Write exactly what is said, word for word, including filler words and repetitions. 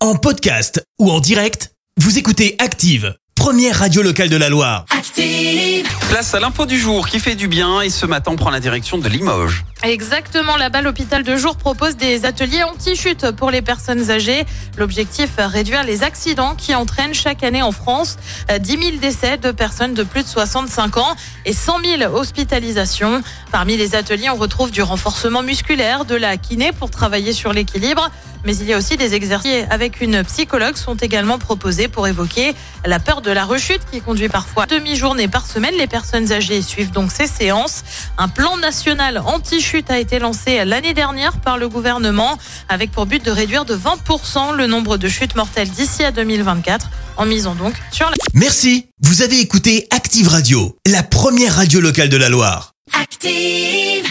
En podcast ou en direct, vous écoutez Active, première radio locale de la Loire. Active. Place à l'info du jour qui fait du bien et ce matin on prend la direction de Limoges. Exactement, là-bas l'hôpital de jour propose des ateliers anti-chute pour les personnes âgées. L'objectif, réduire les accidents qui entraînent chaque année en France dix mille décès de personnes de plus de soixante-cinq ans et cent mille hospitalisations. Parmi les ateliers, on retrouve du renforcement musculaire, de la kiné pour travailler sur l'équilibre. Mais il y a aussi des exercices avec une psychologue sont également proposés pour évoquer la peur de la rechute qui conduit parfois demi-journée par semaine. Les personnes âgées suivent donc ces séances. Un plan national anti-chute a été lancé l'année dernière par le gouvernement avec pour but de réduire de vingt pour cent le nombre de chutes mortelles d'ici à deux mille vingt-quatre en misant donc sur la... Merci, vous avez écouté Active Radio, la première radio locale de la Loire. Active.